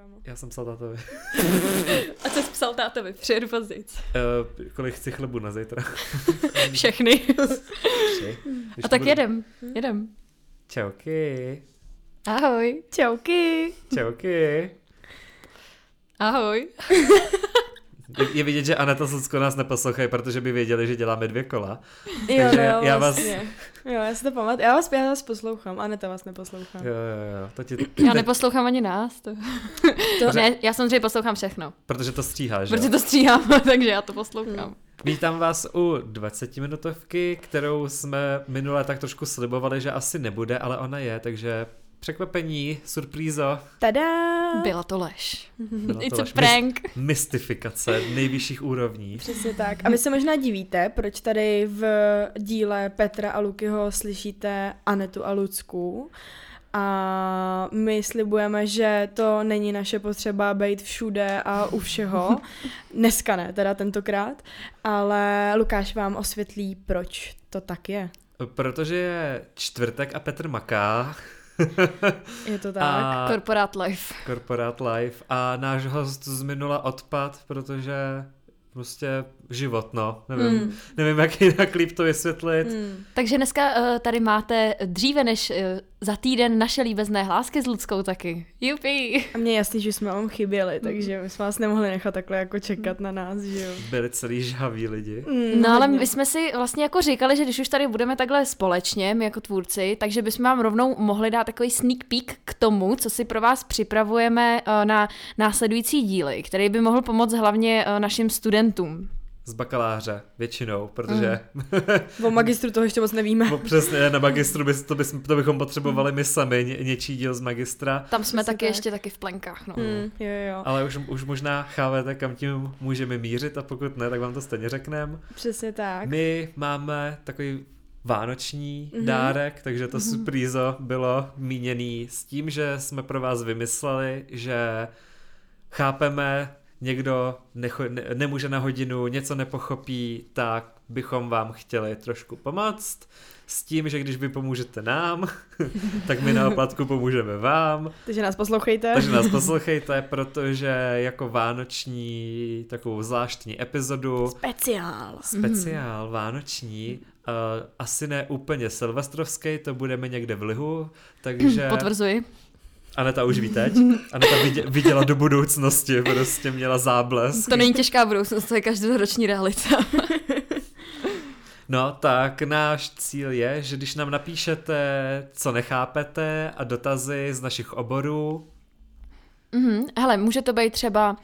kámo. Já jsem psal tátovi. A co jsi psal tátovi? Přijedu později. Kolik chci chlebu na zítra? Všechny. 3. A tak jedem. Čauky. Ahoj. Čauky. Čauky. Ahoj. Je vidět, že Aneta Lucko nás neposlouchají, protože by věděli, že děláme 2 kola. Jo, takže no, já vlastně. Jo, já si to pamatuju. Já vás poslouchám, Aneta vás neposlouchá. Jo. Já neposlouchám ani nás. Ne, já samozřejmě poslouchám všechno. Protože to stříháš, že? Protože to stříhám, takže já to poslouchám. Vítám vás u 20minutovky, kterou jsme minule tak trošku slibovali, že asi nebude, ale ona je, takže překvapení, surprízo. Tada! Byla to lež. It's a prank. Mystifikace nejvyšších úrovní. Přesně tak. A vy se možná divíte, proč tady v díle Petra a Lukyho slyšíte Anetu a Lucku. A my slibujeme, že to není naše potřeba být všude a u všeho. Dneska ne, teda tentokrát. Ale Lukáš vám osvětlí, proč to tak je. Protože je čtvrtek a Petr maká. Je to tak. Corporate life. A náš host z minula odpad, protože prostě život, no. Nevím, jak jinak líp to vysvětlit. Takže dneska tady máte dříve než za týden naše líbezné hlásky s Luckou taky. Jupi! A mně je jasný, že jsme vám chyběli, takže my jsme vás nemohli nechat takhle jako čekat na nás, že jo. Byli celý žhaví lidi. No ale my jsme si vlastně jako říkali, že když už tady budeme takhle společně, my jako tvůrci, takže bychom vám rovnou mohli dát takový sneak peek k tomu, co si pro vás připravujeme na následující díly, který by mohl pomoct hlavně našim studentům. Z bakaláře, většinou, protože... O magistru toho ještě moc nevíme. Přesně, na magistru to bychom potřebovali my sami, něčí díl z magistra. Tam jsme taky v plenkách, no. Jo. Ale už možná chápete, kam tím můžeme mířit a pokud ne, tak vám to stejně řekneme. Přesně tak. My máme takový vánoční dárek, takže to surprízo bylo míněný s tím, že jsme pro vás vymysleli, že chápeme, někdo nemůže na hodinu, něco nepochopí, tak bychom vám chtěli trošku pomoct s tím, že když vy pomůžete nám, tak my na oplatku pomůžeme vám. Takže nás poslouchejte. Protože jako vánoční takovou zvláštní epizodu. Speciál vánoční. Asi ne úplně silvestrovský, to budeme někde v lihu, takže... Potvrzuji. Aneta už ví teď. Aneta viděla do budoucnosti, prostě měla záblesk. To není těžká budoucnost, to je každoroční realita. No, tak náš cíl je, že když nám napíšete, co nechápete a dotazy z našich oborů. Hele, může to být třeba,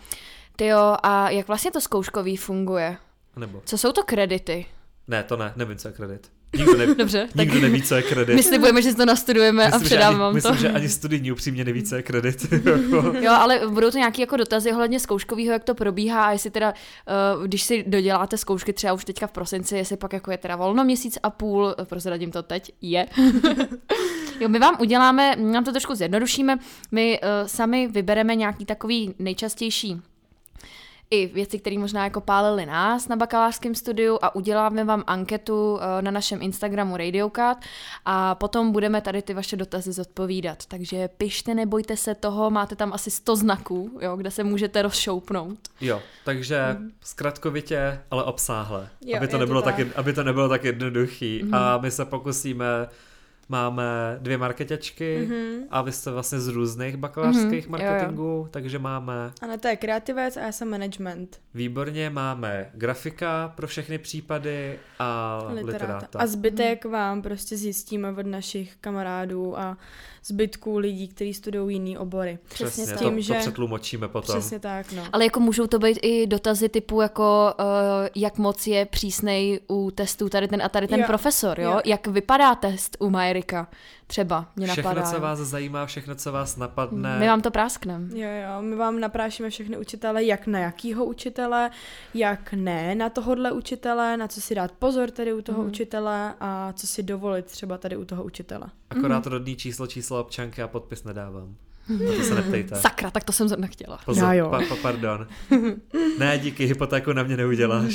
a jak vlastně to zkouškový funguje? Nebo? Co jsou to kredity? Ne, to ne, nevím, co je kredit. Dobře, nikdo neví, co je kredit. My slibujeme, že to nastudujeme a předám vám to. Myslím, že ani studijní upřímně neví, co je kredit. Jo, ale budou to nějaké jako dotazy ohledně zkouškového, jak to probíhá a jestli teda, když si doděláte zkoušky třeba už teďka v prosinci, jestli pak jako je teda volno 1,5 měsíce, prozradím to teď, je. Jo, my vám to trošku zjednodušíme, my sami vybereme nějaký takový nejčastější i věci, které možná jako pálily nás na bakalářském studiu a uděláme vám anketu na našem Instagramu RadioCat a potom budeme tady ty vaše dotazy zodpovídat. Takže pište, nebojte se toho, máte tam asi 100 znaků, jo, kde se můžete rozšoupnout. Jo, takže zkratkovitě, ale obsáhle, jo, aby to nebylo tak jednoduchý. A my se pokusíme. Máme 2 marketačky a vy jste vlastně z různých bakalářských marketingů, takže máme... Aneta je kreativec a já jsem management. Výborně, máme grafika pro všechny případy a literáta. A zbytek vám prostě zjistíme od našich kamarádů a zbytků lidí, kteří studují jiný obory. Přesně s tím, to přetlumočíme potom. Přesně tak, no. Ale jako můžou to být i dotazy typu jako jak moc je přísnej u testů tady ten profesor, jo? Jak vypadá test u Majrika? Třeba mě napadá. Všechno, co vás zajímá, všechno, co vás napadne. My vám to práskneme. Jo, my vám naprášíme všechny učitele, jak na jakýho učitele, jak ne na tohodle učitele, na co si dát pozor tady u toho učitele a co si dovolit třeba tady u toho učitele. Akorát rodný číslo občanky a podpis nedávám. Na to se neptejte. Sakra, tak to jsem zrovna chtěla. Pozor, pardon. Ne, díky, hypotéku na mě neuděláš.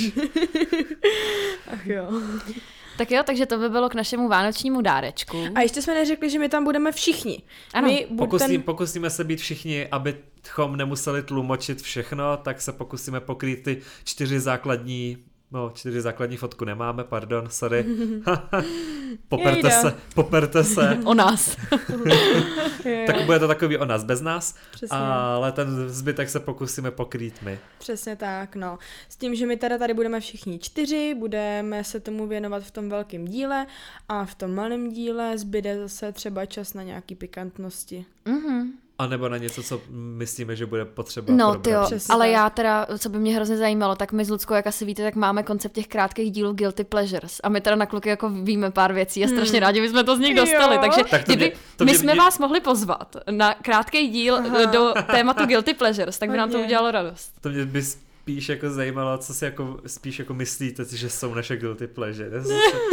Ach jo. Tak jo, takže to by bylo k našemu vánočnímu dárečku. A ještě jsme neřekli, že my tam budeme všichni. Ano. Pokusíme se být všichni, aby abychom nemuseli tlumočit všechno, tak se pokusíme pokrýt ty 4 základní fotku nemáme, pardon, sorry. Poperte se. O nás. Tak bude to takový o nás bez nás, Přesně. ale ten zbytek se pokusíme pokrýt my. Přesně tak, no. S tím, že my teda tady budeme všichni 4, budeme se tomu věnovat v tom velkém díle a v tom malém díle zbyde zase třeba čas na nějaký pikantnosti. Mhm. A nebo na něco, co myslíme, že bude potřeba No probrat. tyjo, Přesně ale tak. já teda, co by mě hrozně zajímalo, tak my s Luckou, jak asi víte, tak máme koncept těch krátkých dílů Guilty Pleasures a my teda na kluky jako víme pár věcí a strašně rádi bychom to z nich dostali, Jo. takže Tak to kdyby mě- my jsme vás mohli pozvat na krátký díl do tématu Guilty Pleasures, tak by nám to Hodně. udělalo radost. To mě by spíš jako zajímalo, co si jako spíš jako myslíte, že jsou naše guilty pleasures.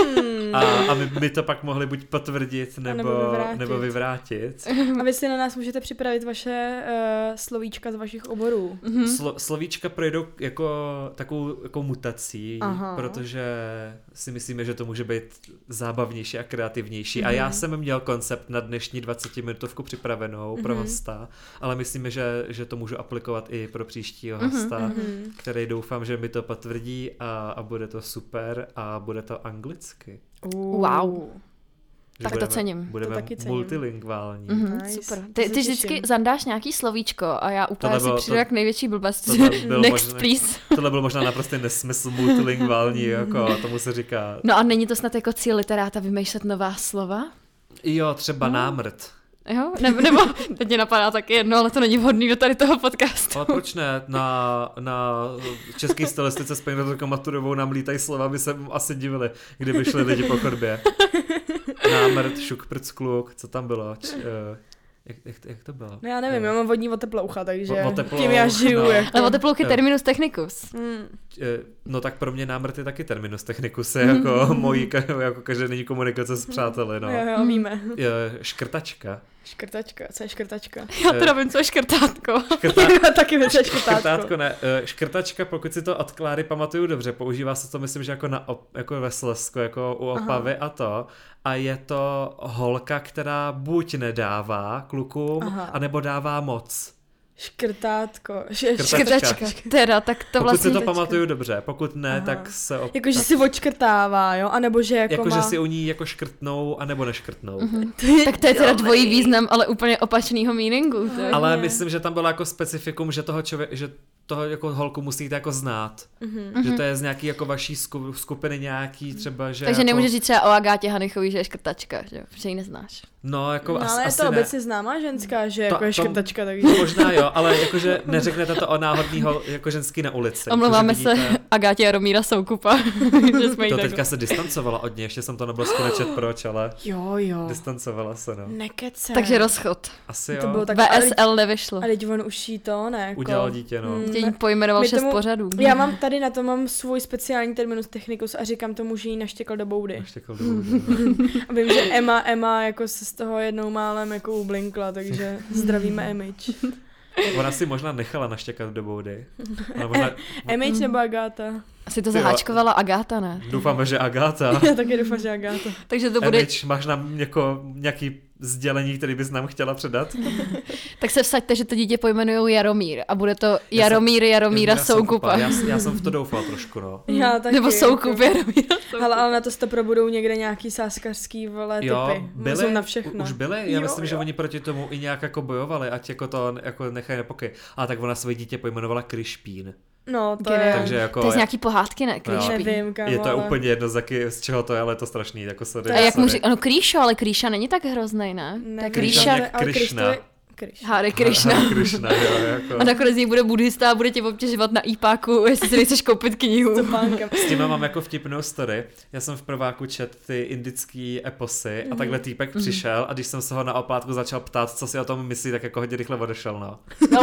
A my to pak mohli buď potvrdit nebo vyvrátit. A vy si na nás můžete připravit vaše slovíčka z vašich oborů. Slovíčka projdou jako takovou jako mutací, Aha. protože si myslíme, že to může být zábavnější a kreativnější. A já jsem měl koncept na dnešní 20-minutovku připravenou pro hosta, ale myslíme, že to můžu aplikovat i pro příštího hosta, který doufám, že mi to potvrdí a bude to super a bude to anglicky. Wow. Že Tak to cením. Budeme To taky cením. multilingvální. Nice. Super. To Ty se vždycky těším. zandáš nějaký slovíčko a já úplně Tohle si bylo- přijdu jak největší blbec. tohle byl Next, možná- please. Tohle byl možná naprostý nesmysl multilingvální, jako tomu se říká. No a není to snad jako cíl literáta vymýšlet nová slova? Jo, třeba námrt. Jo? Nebo teď mě napadá taky jedno, ale to není vhodný do tady toho podcastu. Ale proč ne? Na české stylistice s Pejnotou Maturovou nám lítají slova, by se asi divili, kdyby šli lidi po chodbě. Námrt, šuk, prc, kluk, co tam bylo? Jak to bylo? No já nevím, já mám vodní oteploucha, takže Oteplouch, tím já žiju. no. Jako. Ale oteplouch je terminus technicus. No tak pro mě námrt je taky terminus technicus, je jako mojí jako každodenní komunikace s přáteli, no. Jo, víme. Škrtačka. Škrtačka, co je škrtačka? Já teda vím, co je škrtátko. Taky vím, co je škrtátko. Škrtátko ne. Škrtačka, pokud si to od Kláry pamatuju dobře, používá se to, myslím, že jako, jako ve Slezsku, jako u Opavy a to. A je to holka, která buď nedává klukům, anebo dává moc. Škrtátko. Škrtačka. Teda, tak to Pokud vlastně... si to pamatuju dobře, pokud ne, tak se... Jakože si odškrtává, jo? A nebo že jako Jakože má... si u ní jako škrtnou, anebo neškrtnou. Tak to je teda dvojí význam, ale úplně opačného meaningu. Tak. Ale myslím, že tam bylo jako specifikum, že toho jako holku musíte jako znát. Že to je z nějaký jako vaší skupiny nějaký třeba, že Takže jako... nemůžeš říct třeba o Agátě Hanichový, že je škrtačka, že jo? Protože ji neznáš. No, jako No, ale je asi to ne. obecně známá ženská, že jako je To- škrtačka, takže... Možná jo, ale jakože neřeknete to o náhodného jako ženský na ulici. Omlouváme Jakože se Agátě Jaromíra Soukupa, že jsme jí To tak... teďka se distancovala od něj, ještě jsem to nebyl skonečet proč, ale Jo. distancovala se, no. Nekece. Takže rozchod. Asi To jo. bylo tak... VSL nevyšlo. A teď on už jí to, ne? Jako... Udělal dítě, no. Tě jí pojmenoval My 6 tomu- pořadů. Já mám tady na to mám svůj speciální terminus technicus a říkám tomu, že jí naštěkal do boudy. Ještě koldu. A vím, že Emma jako se z toho jednou málem jako ublinkla, takže zdravíme Emič. Ona si možná nechala naštěkat do boudy. Ona možná... Emič nebo Agáta? Asi to Jo. zaháčkovala Agáta, ne? Doufáme, že Agáta. Já taky doufám, že Agáta. Takže to bude... Emič, máš nám nějaký sdělení, který bys nám chtěla předat? Tak se vsaďte, že to dítě pojmenujou Jaromír a bude to Jaromíra Jaromíra Soukupa. Já jsem v to doufal trošku, no. Já taky. Nebo Soukup Jako. Jaromíra Soukupa. Ale na to stopro budou někde nějaký sáskařský vole typy. Jsou na všechno. Už byly? Já myslím, že oni proti tomu i nějak jako bojovali, ať jako to jako nechají na pokoj. A tak ona své dítě pojmenovala Kryšpín. No, to Geniální. je... Takže jako... To je z nějaký pohádky, ne? Jo. Kryšpín. Nevím, kámo, Je to ale... úplně jedno, z čeho to je, ale je to strašný, jako sorry. A jak mu sorry. říká, ano, Krýšo, ale Krýša není tak hroznej, ne? Ne, Tak Kryša Krýša, jak ale Kryš Krišna. to je... Kryš. Hare Krishna. Hare Krishna, jo, jako. A nakonec z ní bude buddhista a bude tě obtěžovat na e-páku, jestli si nechceš koupit knihu. Pánkem. S tím mám jako vtipnou story. Já jsem v prváku čet ty indický eposy a takhle týpek přišel a když jsem se ho na oplátku začal ptát, co si o tom myslí, tak jako hodně rychle odešel, no.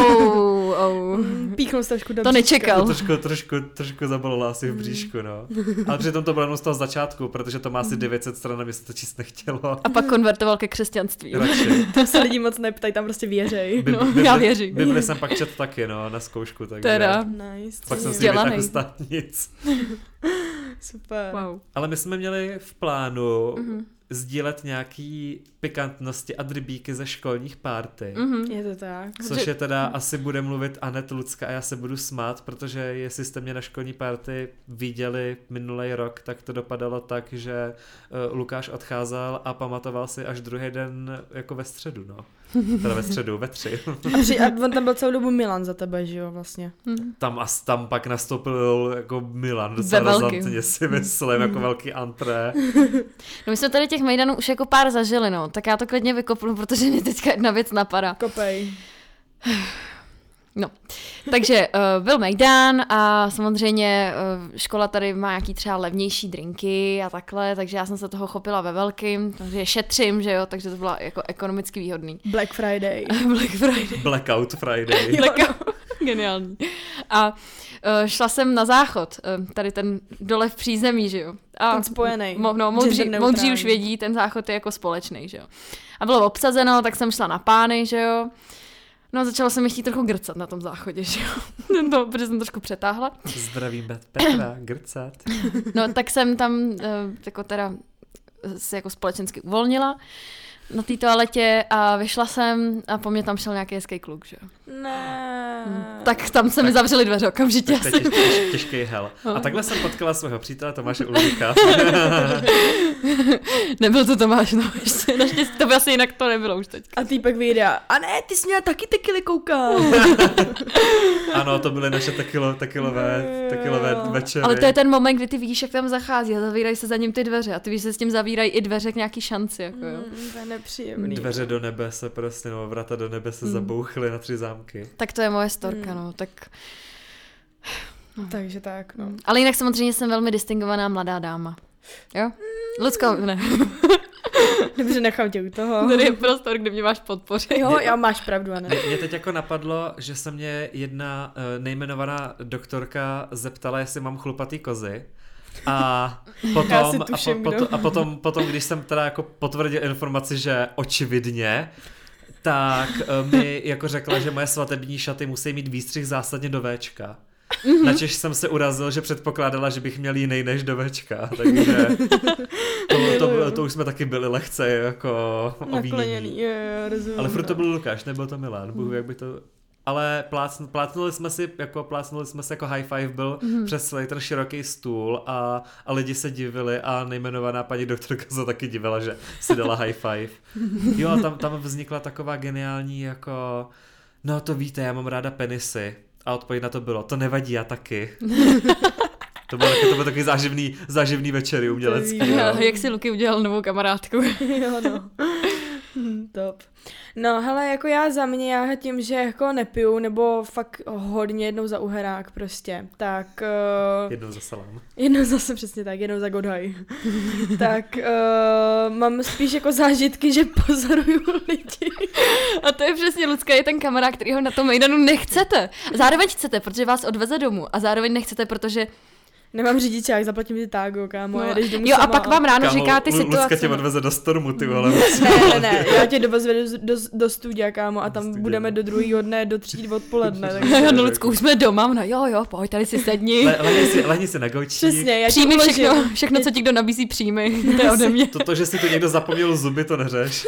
Píchnu se trošku do To bříška. nečekal. To trošku zabolilo asi v bříšku, no. Ale přitom to bylo jenom z toho začátku, protože to má asi 900 stran a mě se to číst nechtělo. A pak konvertoval ke křesťanství. Radši. Tam se lidi moc neptají, tam prostě věřej. já věřím. Bibli jsem pak čet taky, no, na zkoušku, takže... Teda. Nice. Pak jsem si Vzdělanej. vytáhl stát nic. Super. Wow. Ale my jsme měli v plánu sdílet nějaký pikantnosti a drbíky ze školních party. Je to tak. Což je teda, asi bude mluvit Anet Lucka a já se budu smát, protože jestli jste mě na školní party viděli minulý rok, tak to dopadalo tak, že Lukáš odcházel a pamatoval si až druhý den jako ve středu, no. Teda ve středu, ve 3. A on tam byl celou dobu Milan za tebe, že jo, vlastně. Tam pak nastoupil jako Milan, docela razantně si myslím, jako velký antré. No my jsme tady těch mejdanů už jako pár zažili, no, tak já to klidně vykopnu, protože mě teďka jedna věc napadá. Kopej. No, takže byl mejdan a samozřejmě škola tady má nějaký třeba levnější drinky a takhle, takže já jsem se toho chopila ve velkým, takže šetřím, že jo, takže to bylo jako ekonomicky výhodný. Black Friday. Blackout Friday. Geniální. A šla jsem na záchod, tady ten dole v přízemí, že jo. A ten spojený. Moudří už vědí, ten záchod je jako společný, že jo. A bylo obsazeno, tak jsem šla na pány, že jo. No a začala jsem mi chtít trochu grcat na tom záchodě, že jo. No, protože jsem trošku přetáhla. Zdravím Petra, grcat. No tak jsem tam jako teda se jako společensky uvolnila na té toaletě a vyšla jsem a po mně tam šel nějaký hezký kluk, že jo. Ne. Tak tam se mi zavřely dveře okamžitě. Tak to je těžký hell. A takhle jsem potkala svého přítele Tomáše Ulríka. Nebyl to Tomáš, no ještě, naštěstí to by asi jinak to nebylo už teď. A týpek vyjde a ne, ty jsi měla taky tekily koukat. Ano, to byly naše tekilové večery. Ale to je ten moment, kdy ty vidíš, jak tam zachází a zavírají se za ním ty dveře a ty víš, že se s tím zavírají i dveře k nějaký šanci. Jako, jo. To je nepříjemný. Dveře do nebe se prostě, nebo vrata do nebe se zabouchly na 3 zámky. Tak to je moje storka, no, tak... No. Takže tak, no. Ale jinak samozřejmě jsem velmi distingovaná mladá dáma. Jo? Lucko, ne. Dobře, nechám tě u toho. Tady je prostor, kde mě máš podpořit. Jo, já máš pravdu, Anne. Mě teď jako napadlo, že se mě jedna nejmenovaná doktorka zeptala, jestli mám chlupatý kozy. A potom, když jsem teda jako potvrdil informaci, že očividně, tak mi jako řekla, že moje svatební šaty musí mít výstřih zásadně do Včka. Načež jsem se urazil, že předpokládala, že bych měl jiný než do Včka, takže to už jsme taky byli lehce jako ovínění. Ale furt to byl Lukáš, nebyl to Milan, bohu, jak by to... Ale plácnuli jsme si jako high five, byl přes celý ten široký stůl a lidi se divili a nejmenovaná paní doktorka se taky divila, že si dala high five. Jo, a tam vznikla taková geniální jako, no to víte, já mám ráda penisy. A odpověď na to bylo, to nevadí, já taky. To bylo takový záživný večery umělecký. Jak si Luky udělal novou kamarádku. Jo, no. Top. No, hele, jako já tím, že jako nepiju, nebo fakt hodně jednou za uherák prostě, tak... jednou za salám. Jednou zase, přesně tak, jednou za godhaj. Tak mám spíš jako zážitky, že pozoruju lidi. A to je přesně, Lucka je ten kamarád, kterýho na tom mejdanu nechcete. Zároveň chcete, protože vás odveze domů a zároveň nechcete, protože... Nemám řidičák, zaplatím ti tágo, kámo, no, jedeš domů jo, sama. a pak vám ráno říká ty situace. Lucka tě odveze do stormu, ty vole. Ne, já tě dovezu do studia, kámo, a tam budeme do druhého dne do 3 odpoledne. Takže... No, Lucku, už jsme doma, no jo, pojď, tady si sedni. Lehni si na gaučík. Přesně, přijmi všechno, co ti kdo nabízí, přijmi. To je ode mě. To, že si to někdo zapomněl zuby, to neřeš.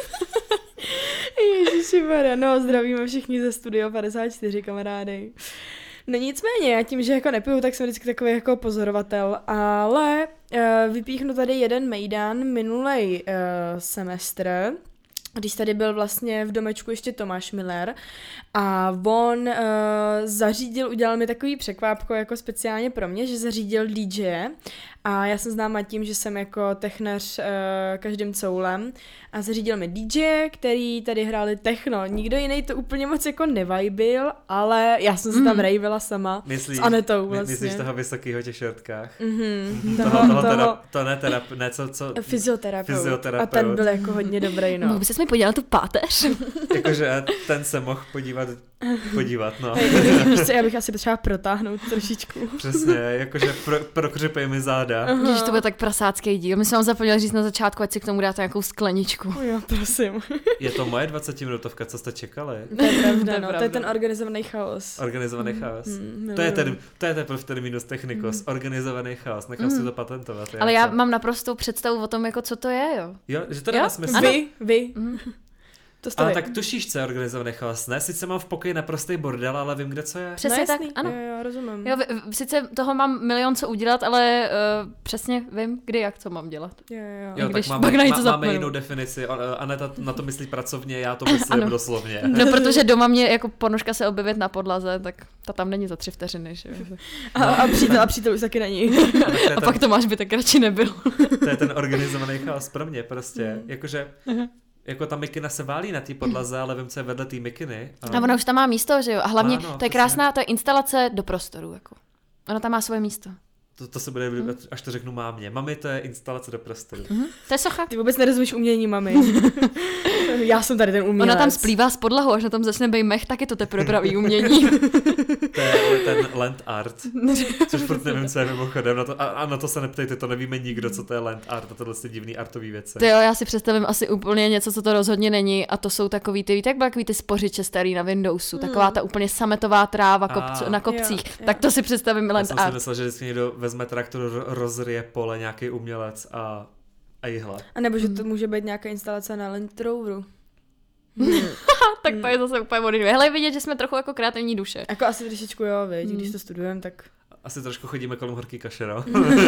Ježišmarja, no, zdravíme všichni ze Studio 54, kamarády. No nicméně, já tím, že jako nepiju, tak jsem vždycky takový jako pozorovatel, ale vypíchnu tady jeden mejdan minulej semestr, když tady byl vlastně v domečku ještě Tomáš Miller a on udělal mi takový překvápko jako speciálně pro mě, že zařídil DJ a já jsem známa tím, že jsem jako technař každým coulem a zařídil mi DJ, který tady hráli techno. Nikdo jiný to úplně moc jako nevajbil, ale já jsem se tam rejvila sama s Anetou vlastně. Myslíš toho vysokýho těch šortkách? Fyzioterapeut. A ten byl jako hodně dobrý, no. Mohl by ses mi podívat na tu páteř? Jakože ten se mohl podívat, no. Já bych asi potřeba protáhnout trošičku. Přesně, jakože prokřipej mi záda. voda. Když to bude tak prasácký díl. My jsme vám zapomněli říct na začátku, ať si k tomu dáte nějakou skleničku. Jo, prosím. Je to moje 20-minutovka, co jste čekali? To je pravda, To je no. To pravda. je ten organizovaný chaos. Organizovaný chaos. miluju. To je teprve terminus technicus. Organizovaný chaos. Nechám si to patentovat. Ale já mám naprostou představu o tom, jako co to je, jo. Jo, že to dává Jo? smysl. Ano. Vy. To jste Ale vy. tak tušíš, co je organizovaný chaos, ne? Sice mám v pokoji naprostý bordel, ale vím, kde co je. Přesně tak, jasný. ano. Jo, rozumím. Jo, sice toho mám milion co udělat, ale přesně vím, kdy, jak co mám dělat. Jo. Jo, Když tak pak na něco máme zapomenu. jinou definici. Aneta na to myslí pracovně, já to myslím Ano. doslovně. No, protože doma mě jako ponožka se objevit na podlaze, tak ta tam není za 3 vteřiny, že jo. A přítel už taky není. A pak Tomáš by tak radši nebyl. To je ten organizovaný chaos pro mě prostě. Jakože jako ta mikina se válí na té podlaze, ale vím, co je vedle té mikiny. A ona už tam má místo, že jo. A hlavně Má, no, to je krásná, to je instalace do prostoru, jako. Ona tam má svoje místo. To se bude líbit, až to řeknu mámě. Mami, to je instalace do prostoru. To je socha. Ty vůbec nerozumíš umění, mami. Já jsem tady ten umělec. Ona tam splývá s podlahou, až na tom začne být mech, tak je to teprve pravý umění. To je ten land art, což furt nevím, co je mimochodem. A na to se neptejte, to nevíme nikdo, co to je land art a tohle jsou divný artový věci. To jo, já si představím asi úplně něco, co to rozhodně není, a to jsou takový ty, víte, jak byly takový ty spořiče starý na Windowsu, taková ta úplně sametová tráva na kopcích, jo. tak to si představím Já land jsem si art. myslel, že vždycky někdo vezme traktor, rozryje pole, nějaký umělec a jihle. A nebo že to může být nějaká instalace na Land Roveru. Tak to je zase úplně modrý. Hele, je vidět, že jsme trochu jako kreativní duše. Jako asi trošičku jo, viď, když to studujeme, tak Asi trošku chodíme kolem horký kaše, no.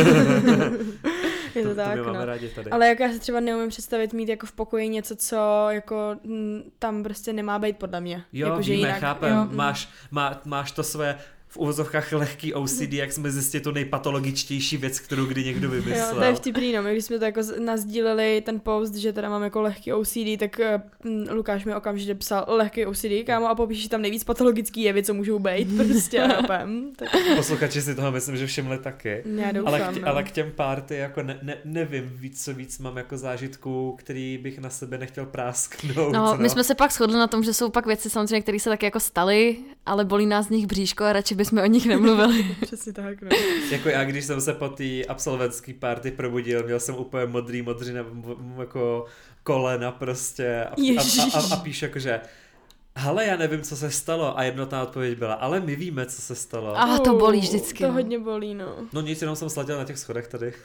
je to tak, my máme no. rádi tady. Ale jako já si třeba neumím představit mít jako v pokoji něco, co jako tam prostě nemá být podle mě. Jo, jako, že víme, jinak, chápem. jo. Máš to své v uvozovkách lehký OCD, jak jsme zjistili tu nejpatologičtější věc, kterou kdy někdo Jo, vymyslel. to je vtipný, no. My když jsme to jako nazdíleli ten post, že teda mám jako lehký OCD, tak Lukáš mi okamžitě psal lehký OCD, kámo, a popíši tam nejvíc patologický jevy, co můžou být, prostě, chápem. Tak Posluchači si toho myslím, že všimli taky. já doufám, Ale k těm party jako nevím víc mám jako zážitků, který bych na sebe nechtěl prásknout. No, my jsme se pak shodli na tom, že jsou pak věci samozřejmě, které se taky jako staly, ale bolí nás z nich bříško a radši bychom o nich nemluvili. Přesně tak, no. Jako já, když jsem se po té absolventské party probudil, měl jsem úplně modřina jako kolena prostě a píš jakože hele, já nevím, co se stalo, a jednotná odpověď byla, ale my víme, co se stalo. A to bolí vždycky. To no. hodně bolí, no. No nic, jenom jsem sladil na těch schodech tady.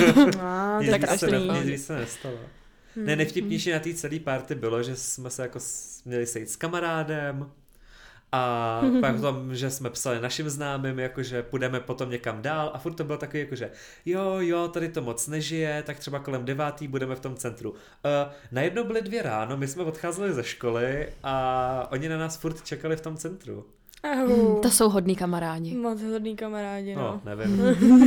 To je krásný. Nic víc se nestalo. Ne, nejvtipnější na té celé party bylo, že jsme se jako měli sejít s kamarádem a pak tom, že jsme psali našim známým, jakože půjdeme potom někam dál, a furt to bylo takový, jakože jo, tady to moc nežije, tak třeba kolem 9 budeme v tom centru. Najednou byly 2 ráno, my jsme odcházeli ze školy a oni na nás furt čekali v tom centru. To jsou hodný kamarádi. Moc hodný kamarádi, no. No, nevím.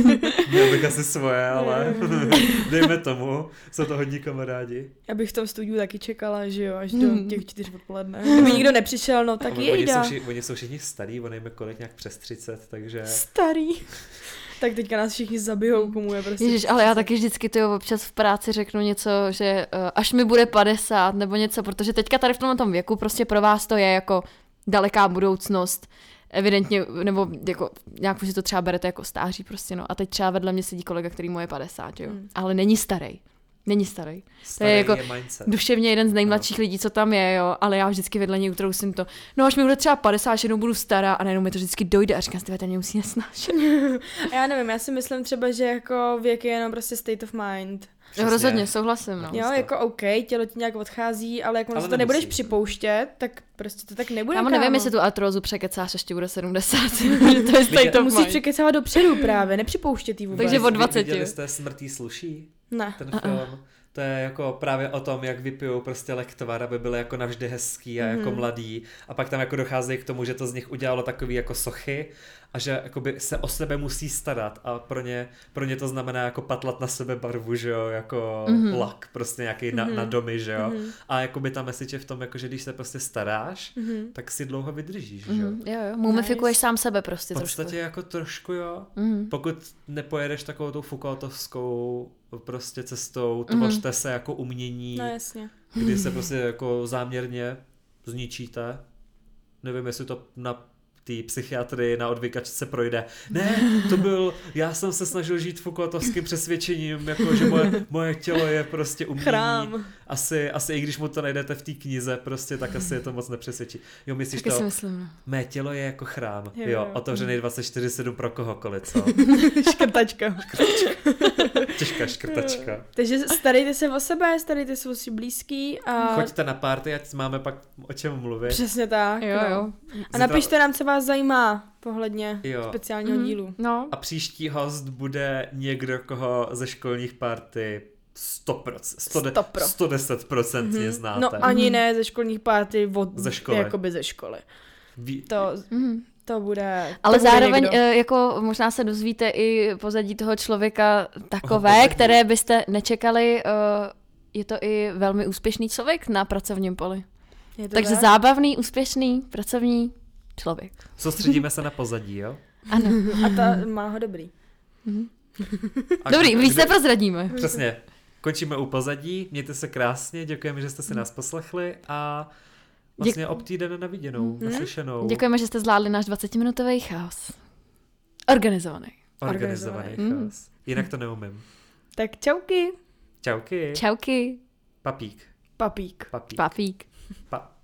Měl bych asi svoje, ale dejme tomu, jsou to hodní kamarádi. Já bych v tom studiu taky čekala, že jo, až do těch 4 odpoledne. Kdyby nikdo nepřišel, no tak jejda. Oni jsou všichni starý, oni jim kolik nějak přes 30, takže... Starý. Tak teďka nás všichni zabijou, komu je prostě... Ježiš, ale já taky vždycky to občas v práci řeknu něco, že až mi bude 50 nebo něco, protože teďka tady v tom věku prostě pro vás to je jako daleká budoucnost, evidentně, nebo jako nějak už si to třeba berete jako stáří prostě, no. A teď třeba vedle mě sedí kolega, který mu je 50, jo. Ale není starý. Není starý. To je jako duševně jeden z nejmladších lidí, co tam je, jo, ale já vždycky vedle něj utrousím to, no až mi bude třeba 50, že jednou budu stará, a najednou mi to vždycky dojde a říkám si, ten mě musí nesnášet. A já nevím, já si myslím třeba, že jako věk je jenom prostě state of mind. Jo, rozhodně, souhlasím, no. Jo, jako OK, tělo ti nějak odchází, ale jak to nebudeš připouštět, tak prostě to tak nebude. Já nevím, jestli tu artrózu překecáš, až ti bude 70. To je state of mind. Musíš překecávat dopředu právě, nepřipouštět jí vůbec. Takže od 20. Viděli jste Smrtí sluší? Ne. Ten film? To je jako právě o tom, jak vypijou prostě lektvar, aby byly jako navždy hezký a jako mladý. A pak tam jako docházejí k tomu, že to z nich udělalo takový jako sochy a že jakoby se o sebe musí starat, a pro ně to znamená jako patlat na sebe barvu, že jo, jako lak, prostě nějaký na domy, že jo. A jakoby ta message je v tom, jako, že když se prostě staráš, tak si dlouho vydržíš, že jo. Jo, mumifikuješ sám sebe prostě trošku. V podstatě jako trošku, jo. Pokud nepojedeš takovou tou Foucaultovskou prostě cestou, tvořte se jako umění, no, jasně. kdy se prostě jako záměrně zničíte. Nevím, jestli to na té psychiatrii na odvykačce projde. Ne, já jsem se snažil žít Foucaultovským přesvědčením, jako že moje tělo je prostě umění. Chrám. Asi i když mu to najdete v té knize, prostě tak asi je to moc nepřesvědčí. Jo, myslíš Taky to? si myslím, no. Mé tělo je jako chrám. Jo. Jo, otevřený 24/7 pro kohokoliv, co? Škrtačka. Těžká škrtačka. Takže starejte se o sebe, starejte se o svý blízký a... Choďte na party, ať máme pak o čem mluvit. Přesně tak. Jo, no. jo. A napište nám, co vás zajímá pohledně Jo. speciálního dílu. No. A příští host bude někdo, koho ze školních party 110% znáte. No ani ne ze školních party Ze školy. Jakoby ze školy. To bude... Ale to bude zároveň někdo. jako možná se dozvíte i pozadí toho člověka takové, které byste nečekali. Je to i velmi úspěšný člověk na pracovním poli. Je to Takže tak? zábavný, úspěšný, pracovní člověk. Soustředíme se na pozadí, jo? Ano. A ta má ho dobrý. A Dobrý, víc neprozradíme. Přesně. Končíme u pozadí, mějte se krásně, děkujeme, že jste si nás poslechli a vlastně ob týden na viděnou, naslyšenou. Děkujeme, že jste zvládli náš 20-minutový chaos. Organizovaný. Organizovaný chaos. Jinak to neumím. Tak čauky. Čauky. Čauky. Papík. Papík. Papík. Papík. Pa.